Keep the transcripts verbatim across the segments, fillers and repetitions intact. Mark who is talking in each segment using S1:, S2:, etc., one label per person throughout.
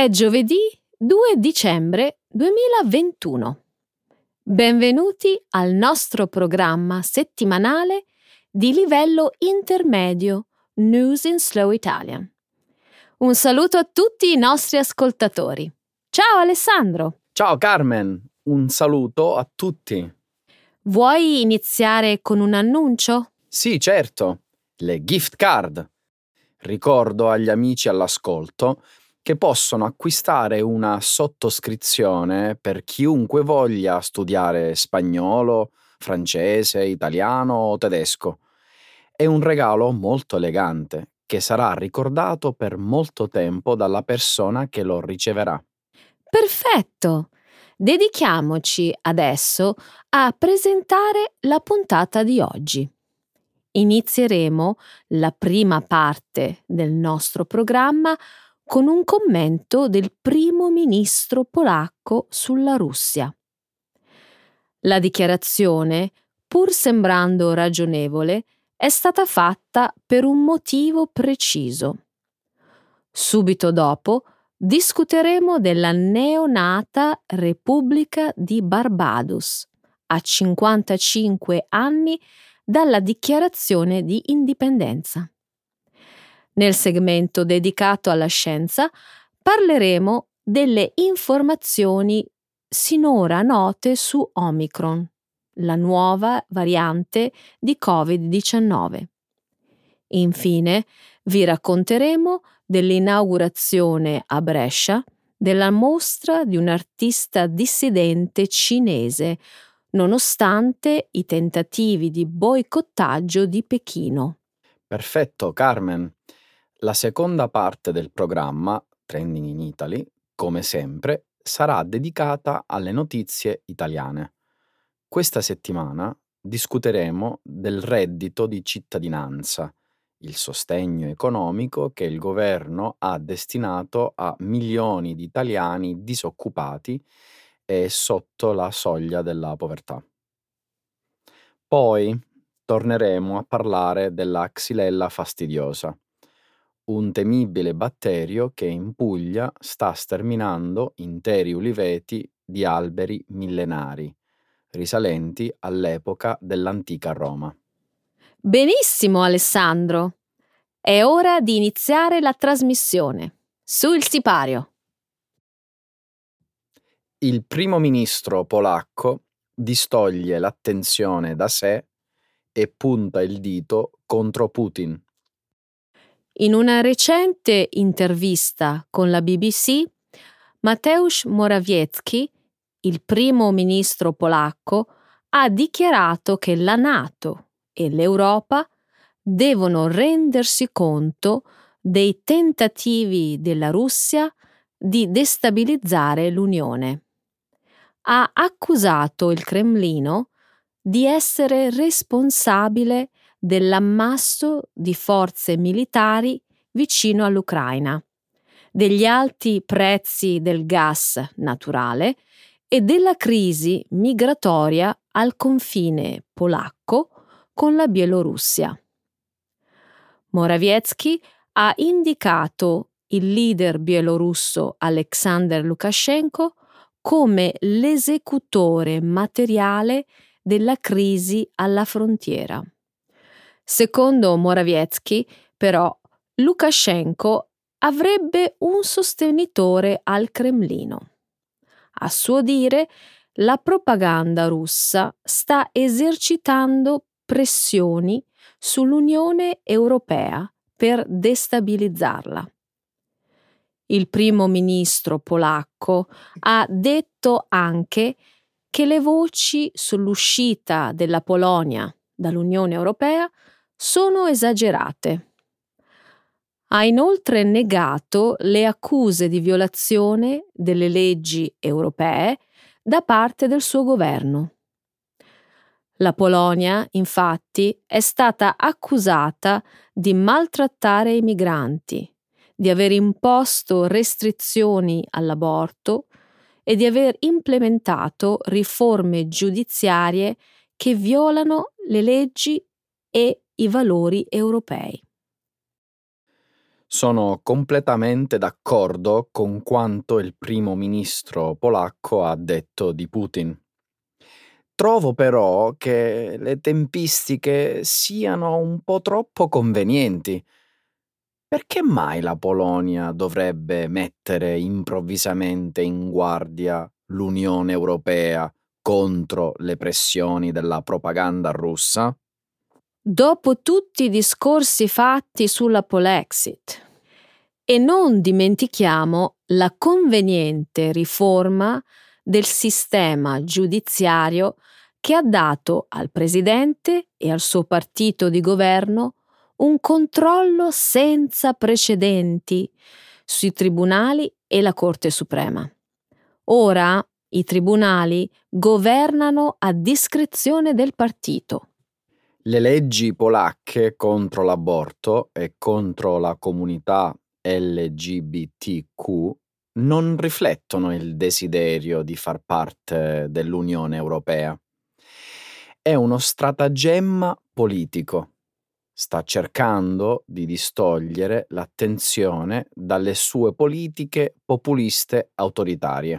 S1: È giovedì due dicembre duemilaventuno. Benvenuti al nostro programma settimanale di livello intermedio News in Slow Italian. Un saluto a tutti i nostri ascoltatori. Ciao Alessandro!
S2: Ciao Carmen, un saluto a tutti.
S1: Vuoi iniziare con un annuncio?
S2: Sì, certo, le gift card. Ricordo agli amici all'ascolto che possono acquistare una sottoscrizione per chiunque voglia studiare spagnolo, francese, italiano o tedesco. È un regalo molto elegante che sarà ricordato per molto tempo dalla persona che lo riceverà.
S1: Perfetto! Dedichiamoci adesso a presentare la puntata di oggi. Inizieremo la prima parte del nostro programma con un commento del primo ministro polacco sulla Russia. La dichiarazione, pur sembrando ragionevole, è stata fatta per un motivo preciso. Subito dopo discuteremo della neonata Repubblica di Barbados, a cinquantacinque anni dalla dichiarazione di indipendenza. Nel segmento dedicato alla scienza parleremo delle informazioni sinora note su Omicron, la nuova variante di covid diciannove. Infine, vi racconteremo dell'inaugurazione a Brescia della mostra di un artista dissidente cinese, nonostante i tentativi di boicottaggio di Pechino.
S2: Perfetto, Carmen. La seconda parte del programma, Trending in Italy, come sempre, sarà dedicata alle notizie italiane. Questa settimana discuteremo del reddito di cittadinanza, il sostegno economico che il governo ha destinato a milioni di italiani disoccupati e sotto la soglia della povertà. Poi torneremo a parlare della Xylella fastidiosa, un temibile batterio che in Puglia sta sterminando interi uliveti di alberi millenari, risalenti all'epoca dell'antica Roma.
S1: Benissimo, Alessandro! È ora di iniziare la trasmissione. Su il sipario!
S2: Il primo ministro polacco distoglie l'attenzione da sé e punta il dito contro Putin.
S1: In una recente intervista con la B B C, Mateusz Morawiecki, il primo ministro polacco, ha dichiarato che la NATO e l'Europa devono rendersi conto dei tentativi della Russia di destabilizzare l'Unione. Ha accusato il Cremlino di essere responsabile dell'ammasso di forze militari vicino all'Ucraina, degli alti prezzi del gas naturale e della crisi migratoria al confine polacco con la Bielorussia. Morawiecki ha indicato il leader bielorusso Alexander Lukashenko come l'esecutore materiale della crisi alla frontiera. Secondo Morawiecki, però, Lukashenko avrebbe un sostenitore al Cremlino. A suo dire, la propaganda russa sta esercitando pressioni sull'Unione Europea per destabilizzarla. Il primo ministro polacco ha detto anche che le voci sull'uscita della Polonia dall'Unione Europea sono esagerate. Ha inoltre negato le accuse di violazione delle leggi europee da parte del suo governo. La Polonia, infatti, è stata accusata di maltrattare i migranti, di aver imposto restrizioni all'aborto e di aver implementato riforme giudiziarie che violano le leggi e i valori europei.
S2: Sono completamente d'accordo con quanto il primo ministro polacco ha detto di Putin. Trovo però che le tempistiche siano un po' troppo convenienti. Perché mai la Polonia dovrebbe mettere improvvisamente in guardia l'Unione Europea contro le pressioni della propaganda russa?
S1: Dopo tutti i discorsi fatti sulla Polexit. E non dimentichiamo la conveniente riforma del sistema giudiziario che ha dato al presidente e al suo partito di governo un controllo senza precedenti sui tribunali e la Corte Suprema. Ora i tribunali governano a discrezione del partito.
S2: Le leggi polacche contro l'aborto e contro la comunità L G B T Q non riflettono il desiderio di far parte dell'Unione Europea. È uno stratagemma politico. Sta cercando di distogliere l'attenzione dalle sue politiche populiste autoritarie.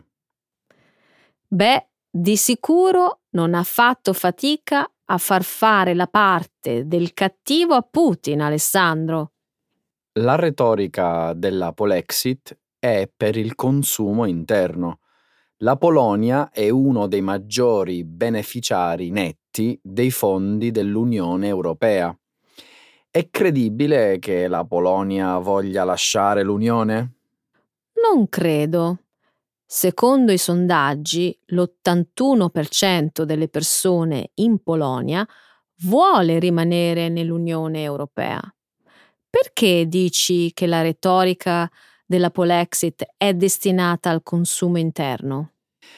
S1: Beh, di sicuro non ha fatto fatica a far fare la parte del cattivo a Putin, Alessandro.
S2: La retorica della Polexit è per il consumo interno. La Polonia è uno dei maggiori beneficiari netti dei fondi dell'Unione Europea. È credibile che la Polonia voglia lasciare l'Unione?
S1: Non credo. Secondo i sondaggi, l'ottantuno per cento delle persone in Polonia vuole rimanere nell'Unione Europea. Perché dici che la retorica della Polexit è destinata al consumo interno?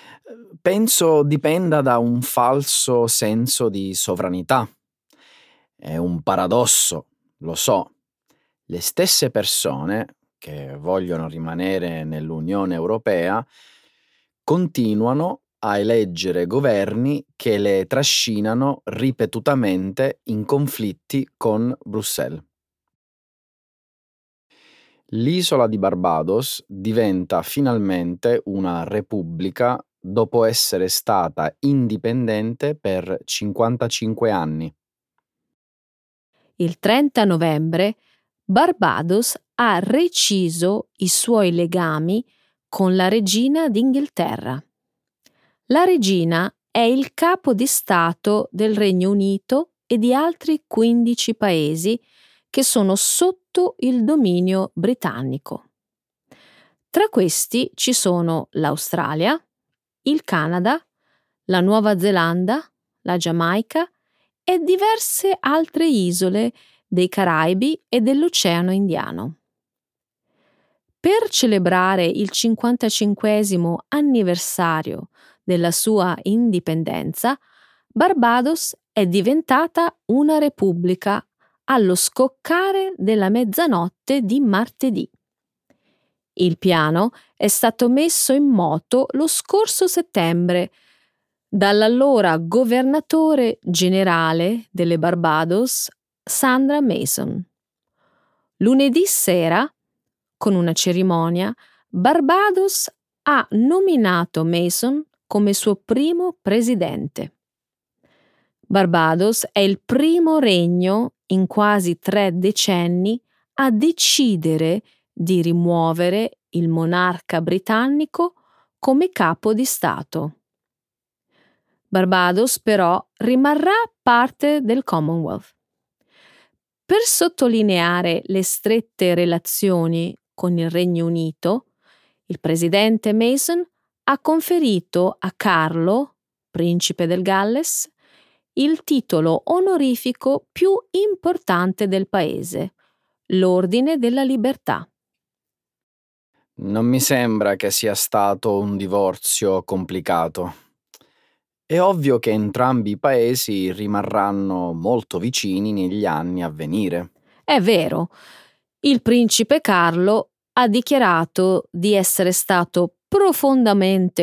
S2: Penso dipenda da un falso senso di sovranità. È un paradosso, lo so. Le stesse persone che vogliono rimanere nell'Unione Europea continuano a eleggere governi che le trascinano ripetutamente in conflitti con Bruxelles. L'isola di Barbados diventa finalmente una repubblica dopo essere stata indipendente per cinquantacinque anni.
S1: Il trenta novembre Barbados ha reciso i suoi legami con la regina d'Inghilterra. La regina è il capo di Stato del Regno Unito e di altri quindici paesi che sono sotto il dominio britannico. Tra questi ci sono l'Australia, il Canada, la Nuova Zelanda, la Giamaica e diverse altre isole dei Caraibi e dell'Oceano Indiano. Per celebrare il cinquantacinquesimo anniversario della sua indipendenza, Barbados è diventata una repubblica allo scoccare della mezzanotte di martedì. Il piano è stato messo in moto lo scorso settembre dall'allora governatore generale delle Barbados, Sandra Mason. Lunedì sera, con una cerimonia, Barbados ha nominato Mason come suo primo presidente. Barbados è il primo regno in quasi tre decenni a decidere di rimuovere il monarca britannico come capo di Stato. Barbados però rimarrà parte del Commonwealth. Per sottolineare le strette relazioni con il Regno Unito, il presidente Mason ha conferito a Carlo, principe del Galles, il titolo onorifico più importante del paese, l'Ordine della Libertà.
S2: Non mi sembra che sia stato un divorzio complicato. È ovvio che entrambi i paesi rimarranno molto vicini negli anni a venire.
S1: È vero, il principe Carlo ha dichiarato di essere stato profondamente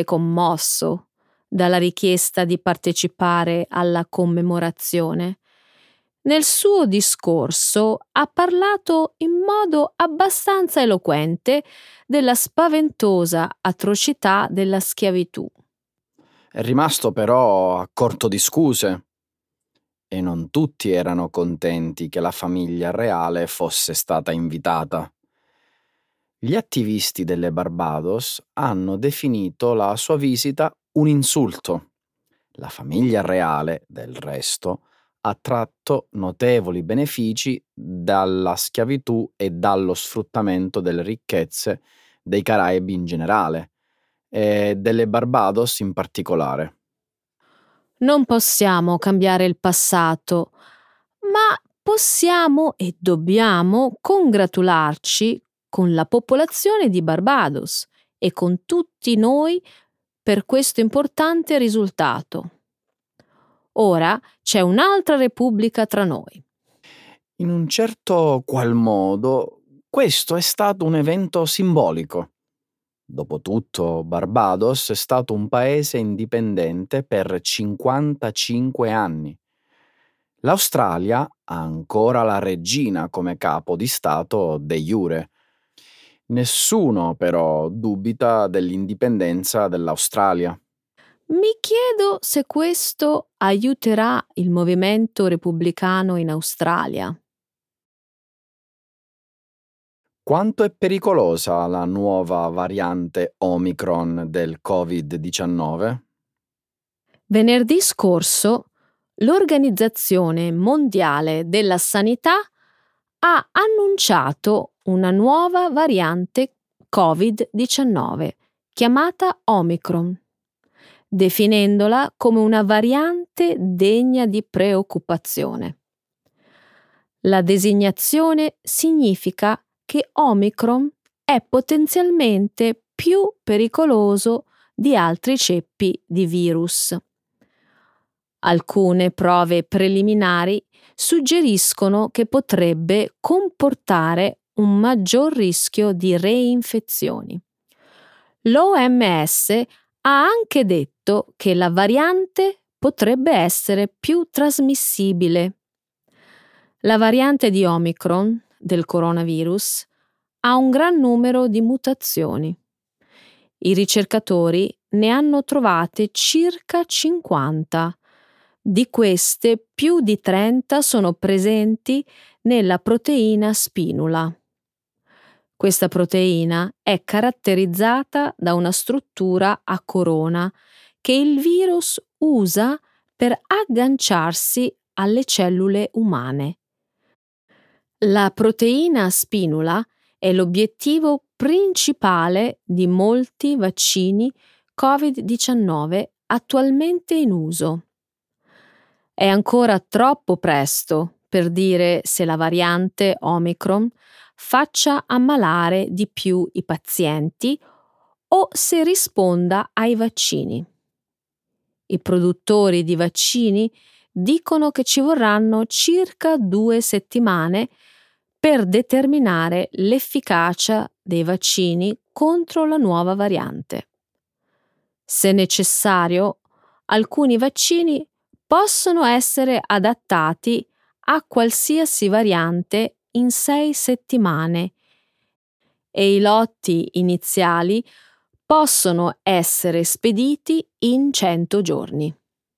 S1: commosso dalla richiesta di partecipare alla commemorazione. Nel suo discorso ha parlato in modo abbastanza eloquente della spaventosa atrocità della schiavitù.
S2: È rimasto però a corto di scuse e non tutti erano contenti che la famiglia reale fosse stata invitata. Gli attivisti delle Barbados hanno definito la sua visita un insulto. La famiglia reale, del resto, ha tratto notevoli benefici dalla schiavitù e dallo sfruttamento delle ricchezze dei Caraibi in generale e delle Barbados in particolare.
S1: Non possiamo cambiare il passato, ma possiamo e dobbiamo congratularci con la popolazione di Barbados e con tutti noi per questo importante risultato. Ora c'è un'altra repubblica tra noi.
S2: In un certo qual modo, questo è stato un evento simbolico. Dopotutto, Barbados è stato un paese indipendente per cinquantacinque anni. L'Australia ha ancora la regina come capo di Stato de jure. Nessuno però dubita dell'indipendenza dell'Australia.
S1: Mi chiedo se questo aiuterà il movimento repubblicano in Australia.
S2: Quanto è pericolosa la nuova variante Omicron del covid diciannove?
S1: Venerdì scorso l'Organizzazione Mondiale della Sanità ha annunciato una nuova variante covid diciannove chiamata Omicron, definendola come una variante degna di preoccupazione. La designazione significa che Omicron è potenzialmente più pericoloso di altri ceppi di virus. Alcune prove preliminari suggeriscono che potrebbe comportare un maggior rischio di reinfezioni. L'O M S ha anche detto che la variante potrebbe essere più trasmissibile. La variante di Omicron del coronavirus ha un gran numero di mutazioni. I ricercatori ne hanno trovate circa cinquanta. Di queste, più di trenta sono presenti nella proteina spinula. Questa proteina è caratterizzata da una struttura a corona che il virus usa per agganciarsi alle cellule umane. La proteina spinula è l'obiettivo principale di molti vaccini covid diciannove attualmente in uso. È ancora troppo presto per dire se la variante Omicron faccia ammalare di più i pazienti o se risponda ai vaccini. I produttori di vaccini dicono che ci vorranno circa due settimane per determinare l'efficacia dei vaccini contro la nuova variante. Se necessario, alcuni vaccini possono essere adattati a qualsiasi variante in sei settimane e i lotti iniziali possono essere spediti in cento giorni.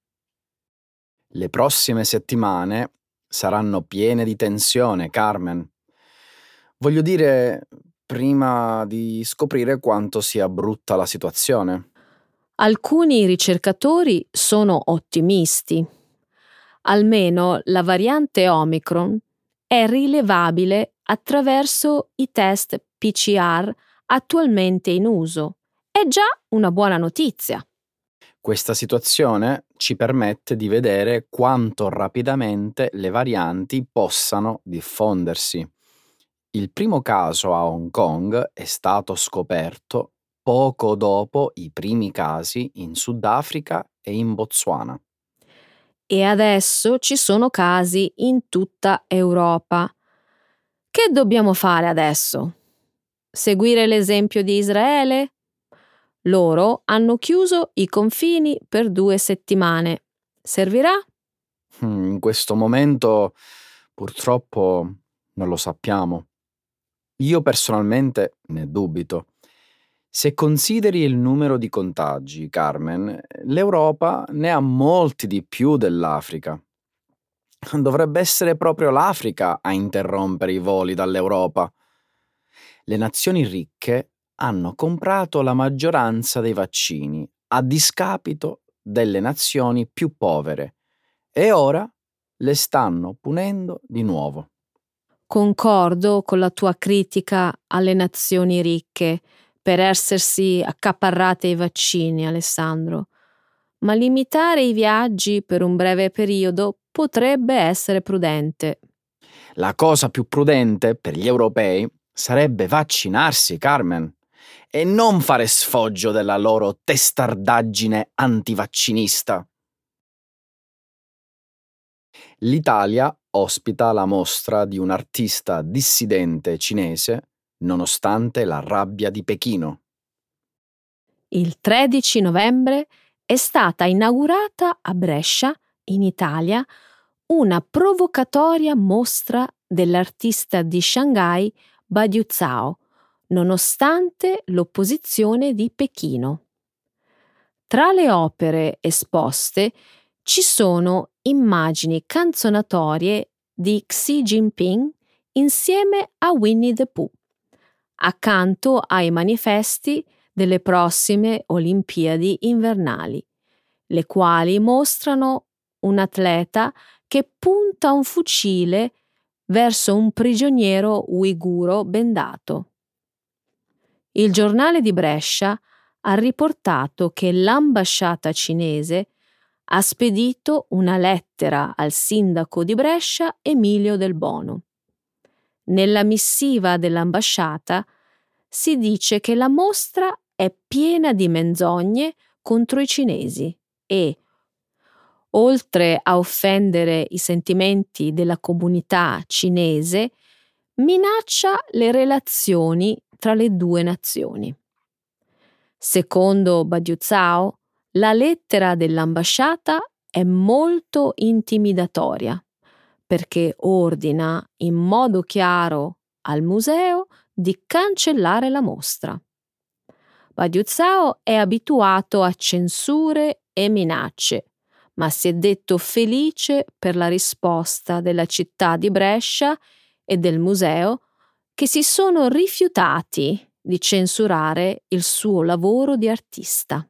S2: Le prossime settimane saranno piene di tensione, Carmen. Voglio dire, prima di scoprire quanto sia brutta la situazione.
S1: Alcuni ricercatori sono ottimisti. Almeno la variante Omicron è rilevabile attraverso i test P C R attualmente in uso. È già una buona notizia.
S2: Questa situazione ci permette di vedere quanto rapidamente le varianti possano diffondersi. Il primo caso a Hong Kong è stato scoperto poco dopo i primi casi in Sudafrica e in Botswana.
S1: E adesso ci sono casi in tutta Europa. Che dobbiamo fare adesso? Seguire l'esempio di Israele? Loro hanno chiuso i confini per due settimane. Servirà?
S2: Mm, In questo momento purtroppo non lo sappiamo. Io personalmente ne dubito. Se consideri il numero di contagi, Carmen, l'Europa ne ha molti di più dell'Africa. Dovrebbe essere proprio l'Africa a interrompere i voli dall'Europa. Le nazioni ricche hanno comprato la maggioranza dei vaccini a discapito delle nazioni più povere e ora le stanno punendo di nuovo.
S1: Concordo con la tua critica alle nazioni ricche per essersi accaparrate i vaccini, Alessandro, ma limitare i viaggi per un breve periodo potrebbe essere prudente.
S2: La cosa più prudente per gli europei sarebbe vaccinarsi, Carmen, e non fare sfoggio della loro testardaggine antivaccinista. L'Italia ospita la mostra di un artista dissidente cinese nonostante la rabbia di Pechino.
S1: Il tredici novembre è stata inaugurata a Brescia, in Italia, una provocatoria mostra dell'artista di Shanghai Badiou Zhao, nonostante l'opposizione di Pechino. Tra le opere esposte ci sono immagini canzonatorie di Xi Jinping insieme a Winnie the Pooh, accanto ai manifesti delle prossime Olimpiadi invernali, le quali mostrano un atleta che punta un fucile verso un prigioniero uiguro bendato. Il giornale di Brescia ha riportato che l'ambasciata cinese ha spedito una lettera al sindaco di Brescia Emilio Del Bono. Nella missiva dell'ambasciata si dice che la mostra è piena di menzogne contro i cinesi e, oltre a offendere i sentimenti della comunità cinese, minaccia le relazioni tra le due nazioni. Secondo Badiou Zhao, la lettera dell'ambasciata è molto intimidatoria perché ordina in modo chiaro al museo di cancellare la mostra. Badiou Zhao è abituato a censure e minacce, ma si è detto felice per la risposta della città di Brescia e del museo che si sono rifiutati di censurare il suo lavoro di artista.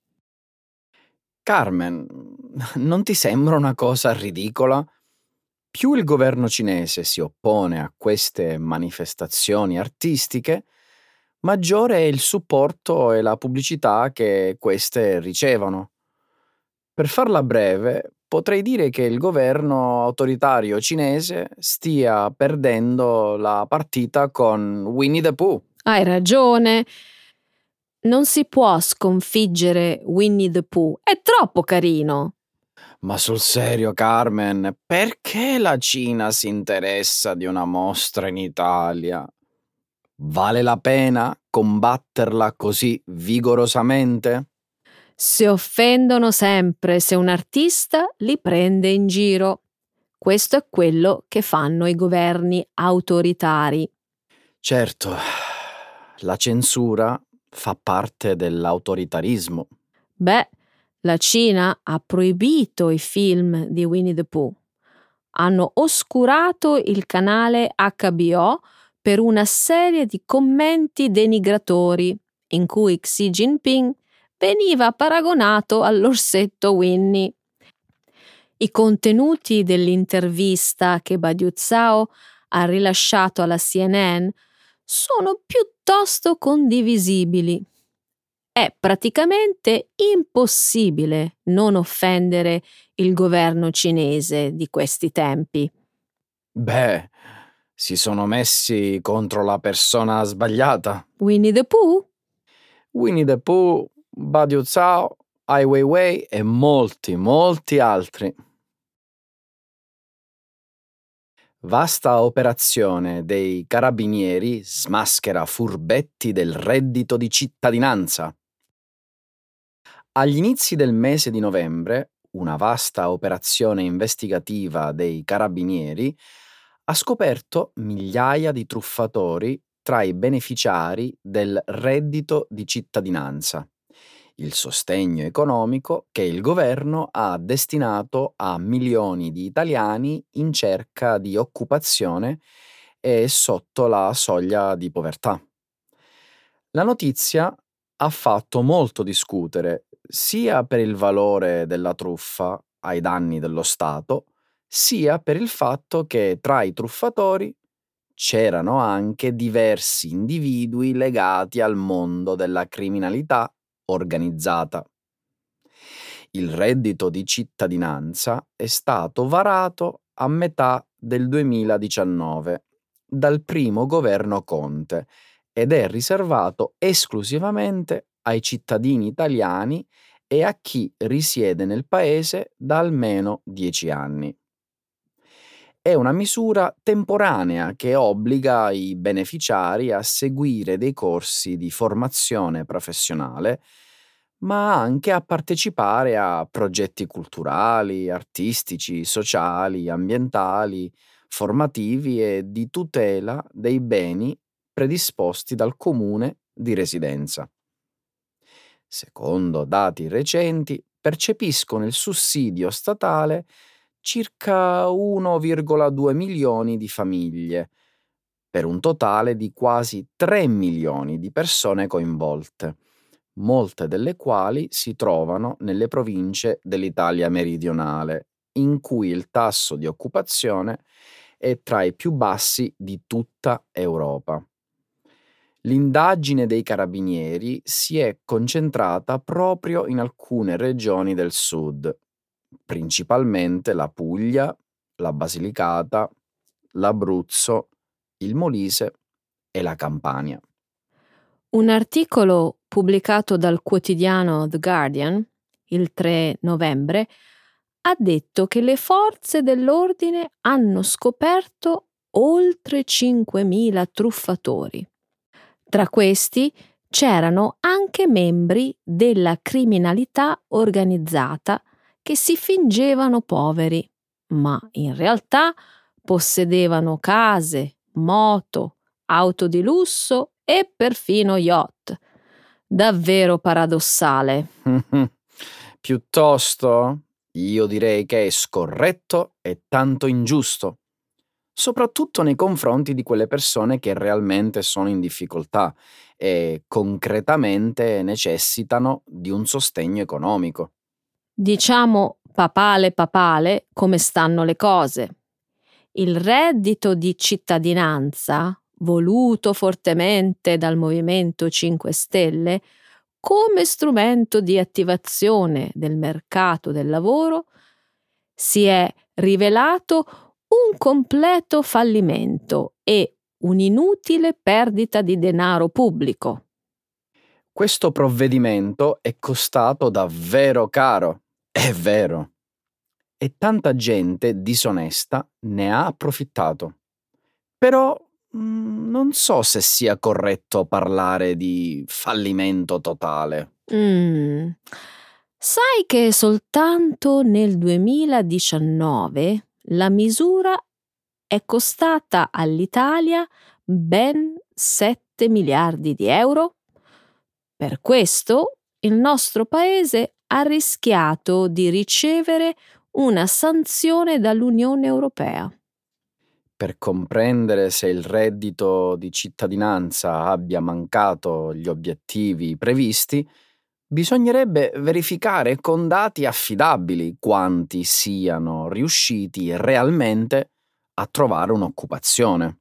S2: Carmen, non ti sembra una cosa ridicola? Più il governo cinese si oppone a queste manifestazioni artistiche, maggiore è il supporto e la pubblicità che queste ricevono. Per farla breve, potrei dire che il governo autoritario cinese stia perdendo la partita con Winnie the Pooh.
S1: Hai ragione. Non si può sconfiggere Winnie the Pooh, è troppo carino.
S2: Ma sul serio, Carmen, perché la Cina si interessa di una mostra in Italia? Vale la pena combatterla così vigorosamente?
S1: Si offendono sempre se un artista li prende in giro. Questo è quello che fanno i governi autoritari.
S2: Certo, la censura fa parte dell'autoritarismo.
S1: Beh, la Cina ha proibito i film di Winnie the Pooh. Hanno oscurato il canale acca bi o per una serie di commenti denigratori in cui Xi Jinping veniva paragonato all'orsetto Winnie. I contenuti dell'intervista che Badiou Zhao ha rilasciato alla C N N sono piuttosto condivisibili. È praticamente impossibile non offendere il governo cinese di questi tempi.
S2: Beh, si sono messi contro la persona sbagliata.
S1: Winnie the Pooh?
S2: Winnie the Pooh, Badiou Zhao, Ai Weiwei e molti, molti altri. Vasta operazione dei carabinieri smaschera furbetti del reddito di cittadinanza. Agli inizi del mese di novembre, una vasta operazione investigativa dei carabinieri, ha scoperto migliaia di truffatori tra i beneficiari del reddito di cittadinanza, il sostegno economico che il governo ha destinato a milioni di italiani in cerca di occupazione e sotto la soglia di povertà. La notizia ha fatto molto discutere, sia per il valore della truffa ai danni dello Stato, sia per il fatto che tra i truffatori c'erano anche diversi individui legati al mondo della criminalità organizzata. Il reddito di cittadinanza è stato varato a metà del duemiladiciannove dal primo governo Conte ed è riservato esclusivamente ai cittadini italiani e a chi risiede nel paese da almeno dieci anni. È una misura temporanea che obbliga i beneficiari a seguire dei corsi di formazione professionale, ma anche a partecipare a progetti culturali, artistici, sociali, ambientali, formativi e di tutela dei beni predisposti dal comune di residenza. Secondo dati recenti, percepiscono il sussidio statale circa uno virgola due milioni di famiglie, per un totale di quasi tre milioni di persone coinvolte, molte delle quali si trovano nelle province dell'Italia meridionale, in cui il tasso di occupazione è tra i più bassi di tutta Europa. L'indagine dei carabinieri si è concentrata proprio in alcune regioni del sud, principalmente la Puglia, la Basilicata, l'Abruzzo, il Molise e la Campania.
S1: Un articolo pubblicato dal quotidiano The Guardian il tre novembre ha detto che le forze dell'ordine hanno scoperto oltre cinquemila truffatori. Tra questi c'erano anche membri della criminalità organizzata che si fingevano poveri, ma in realtà possedevano case, moto, auto di lusso e perfino yacht. Davvero paradossale.
S2: Piuttosto, io direi che è scorretto e tanto ingiusto, soprattutto nei confronti di quelle persone che realmente sono in difficoltà e concretamente necessitano di un sostegno economico.
S1: Diciamo papale papale come stanno le cose. Il reddito di cittadinanza, voluto fortemente dal Movimento cinque Stelle come strumento di attivazione del mercato del lavoro, si è rivelato un completo fallimento e un'inutile perdita di denaro pubblico.
S2: Questo provvedimento è costato davvero caro, è vero, e tanta gente disonesta ne ha approfittato. Però mm, non so se sia corretto parlare di fallimento totale.
S1: Mm. Sai che soltanto nel duemiladiciannove la misura è costata all'Italia ben sette miliardi di euro? Per questo il nostro paese ha rischiato di ricevere una sanzione dall'Unione Europea.
S2: Per comprendere se il reddito di cittadinanza abbia mancato gli obiettivi previsti, bisognerebbe verificare con dati affidabili quanti siano riusciti realmente a trovare un'occupazione.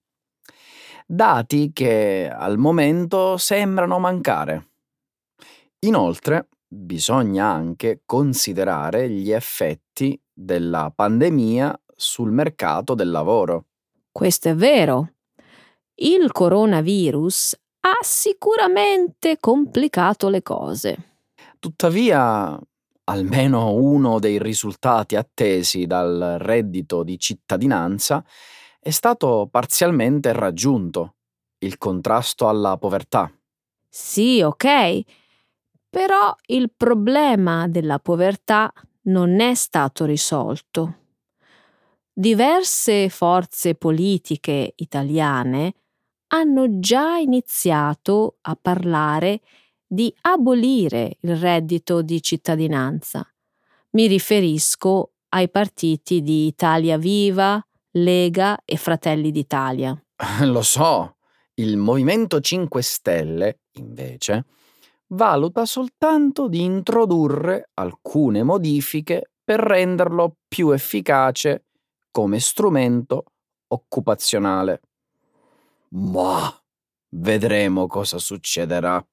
S2: Dati che al momento sembrano mancare. Inoltre, bisogna anche considerare gli effetti della pandemia sul mercato del lavoro.
S1: Questo è vero. Il coronavirus ha sicuramente complicato le cose.
S2: Tuttavia, almeno uno dei risultati attesi dal reddito di cittadinanza è stato parzialmente raggiunto: il contrasto alla povertà.
S1: Sì, ok, però il problema della povertà non è stato risolto. Diverse forze politiche italiane hanno già iniziato a parlare di abolire il reddito di cittadinanza. Mi riferisco ai partiti di Italia Viva, Lega e Fratelli d'Italia.
S2: Lo so, il Movimento cinque Stelle, invece, valuta soltanto di introdurre alcune modifiche per renderlo più efficace come strumento occupazionale. Ma vedremo cosa succederà.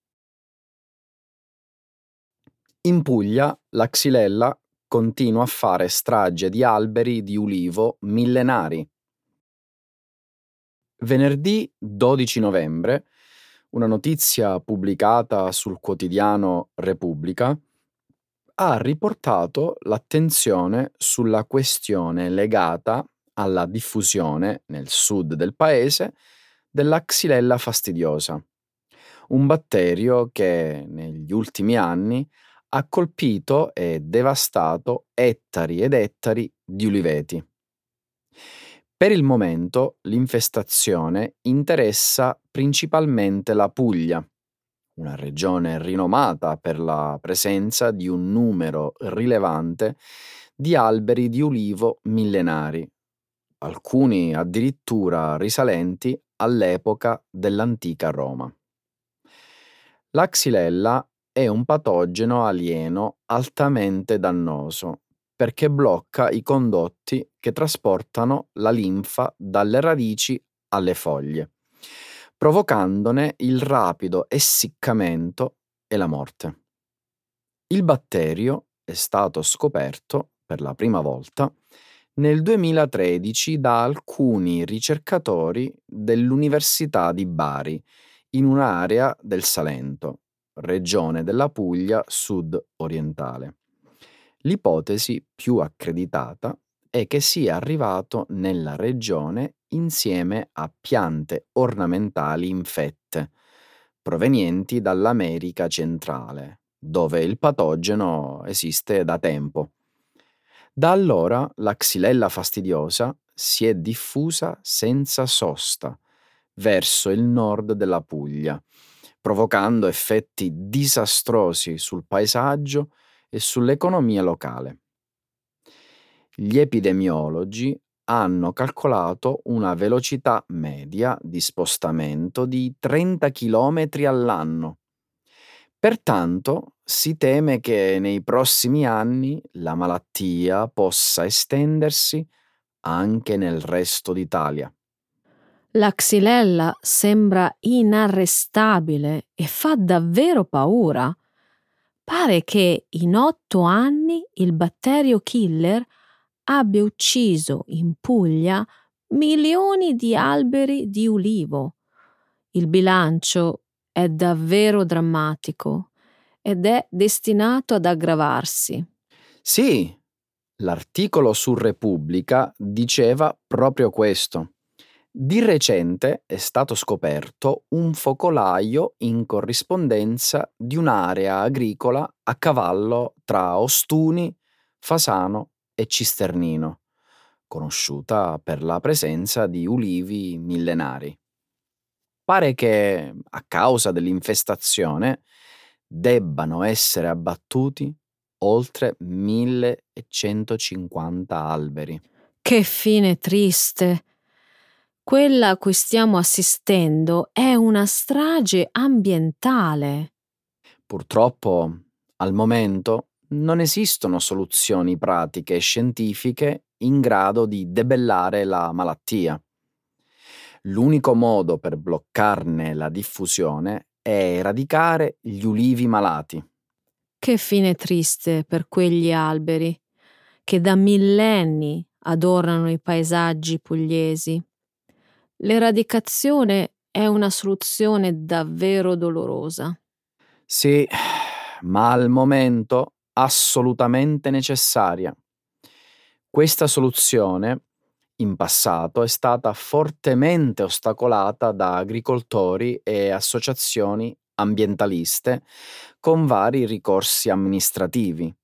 S2: In Puglia la Xylella continua a fare strage di alberi di ulivo millenari. Venerdì dodici novembre, una notizia pubblicata sul quotidiano Repubblica ha riportato l'attenzione sulla questione legata alla diffusione nel sud del paese della Xylella fastidiosa, un batterio che negli ultimi anni ha colpito e devastato ettari ed ettari di uliveti. Per il momento l'infestazione interessa principalmente la Puglia, una regione rinomata per la presenza di un numero rilevante di alberi di ulivo millenari, alcuni addirittura risalenti all'epoca dell'antica Roma. La Xylella è un patogeno alieno altamente dannoso perché blocca i condotti che trasportano la linfa dalle radici alle foglie, provocandone il rapido essiccamento e la morte. Il batterio è stato scoperto per la prima volta nel duemilatredici da alcuni ricercatori dell'Università di Bari in un'area del Salento, regione della Puglia sud-orientale. L'ipotesi più accreditata è che sia arrivato nella regione insieme a piante ornamentali infette, provenienti dall'America centrale, dove il patogeno esiste da tempo. Da allora la Xylella fastidiosa si è diffusa senza sosta verso il nord della Puglia, provocando effetti disastrosi sul paesaggio e sull'economia locale. Gli epidemiologi hanno calcolato una velocità media di spostamento di trenta chilometri all'anno. Pertanto si teme che nei prossimi anni la malattia possa estendersi anche nel resto d'Italia.
S1: La Xylella sembra inarrestabile e fa davvero paura. Pare che in otto anni il batterio killer abbia ucciso in Puglia milioni di alberi di ulivo. Il bilancio è davvero drammatico ed è destinato ad aggravarsi.
S2: Sì, l'articolo su Repubblica diceva proprio questo. Di recente è stato scoperto un focolaio in corrispondenza di un'area agricola a cavallo tra Ostuni, Fasano e Cisternino, conosciuta per la presenza di ulivi millenari. Pare che, a causa dell'infestazione, debbano essere abbattuti oltre millecentocinquanta alberi.
S1: Che fine triste! Quella a cui stiamo assistendo è una strage ambientale.
S2: Purtroppo, al momento, non esistono soluzioni pratiche e scientifiche in grado di debellare la malattia. L'unico modo per bloccarne la diffusione è eradicare gli ulivi malati.
S1: Che fine triste per quegli alberi che da millenni adornano i paesaggi pugliesi. L'eradicazione è una soluzione davvero dolorosa.
S2: Sì, ma al momento assolutamente necessaria. Questa soluzione in passato è stata fortemente ostacolata da agricoltori e associazioni ambientaliste con vari ricorsi amministrativi,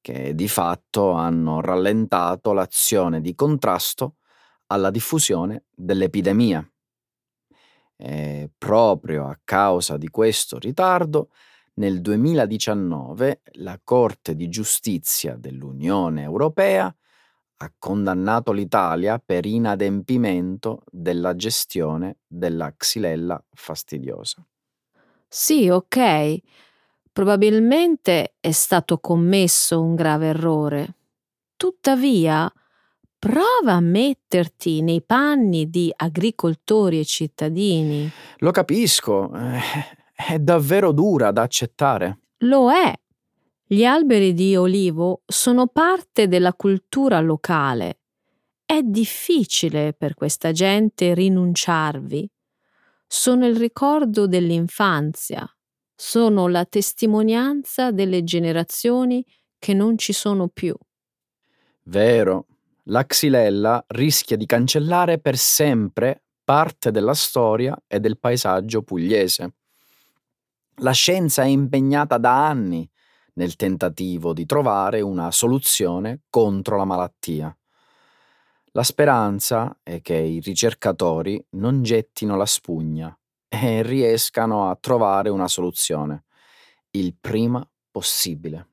S2: che di fatto hanno rallentato l'azione di contrasto alla diffusione dell'epidemia. E proprio a causa di questo ritardo, nel duemiladiciannove la Corte di Giustizia dell'Unione Europea ha condannato l'Italia per inadempimento della gestione della Xylella fastidiosa.
S1: Sì, ok. Probabilmente è stato commesso un grave errore. Tuttavia, prova a metterti nei panni di agricoltori e cittadini.
S2: Lo capisco, eh, è davvero dura da accettare.
S1: Lo è. Gli alberi di olivo sono parte della cultura locale. È difficile per questa gente rinunciarvi. Sono il ricordo dell'infanzia. Sono la testimonianza delle generazioni che non ci sono più.
S2: Vero, la Xylella rischia di cancellare per sempre parte della storia e del paesaggio pugliese. La scienza è impegnata da anni nel tentativo di trovare una soluzione contro la malattia. La speranza è che i ricercatori non gettino la spugna e riescano a trovare una soluzione il prima possibile.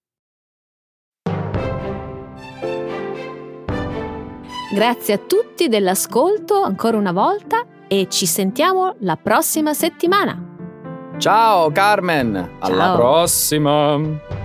S1: Grazie a tutti dell'ascolto ancora una volta e ci sentiamo la prossima settimana.
S2: Ciao Carmen, alla
S1: Ciao.
S2: prossima!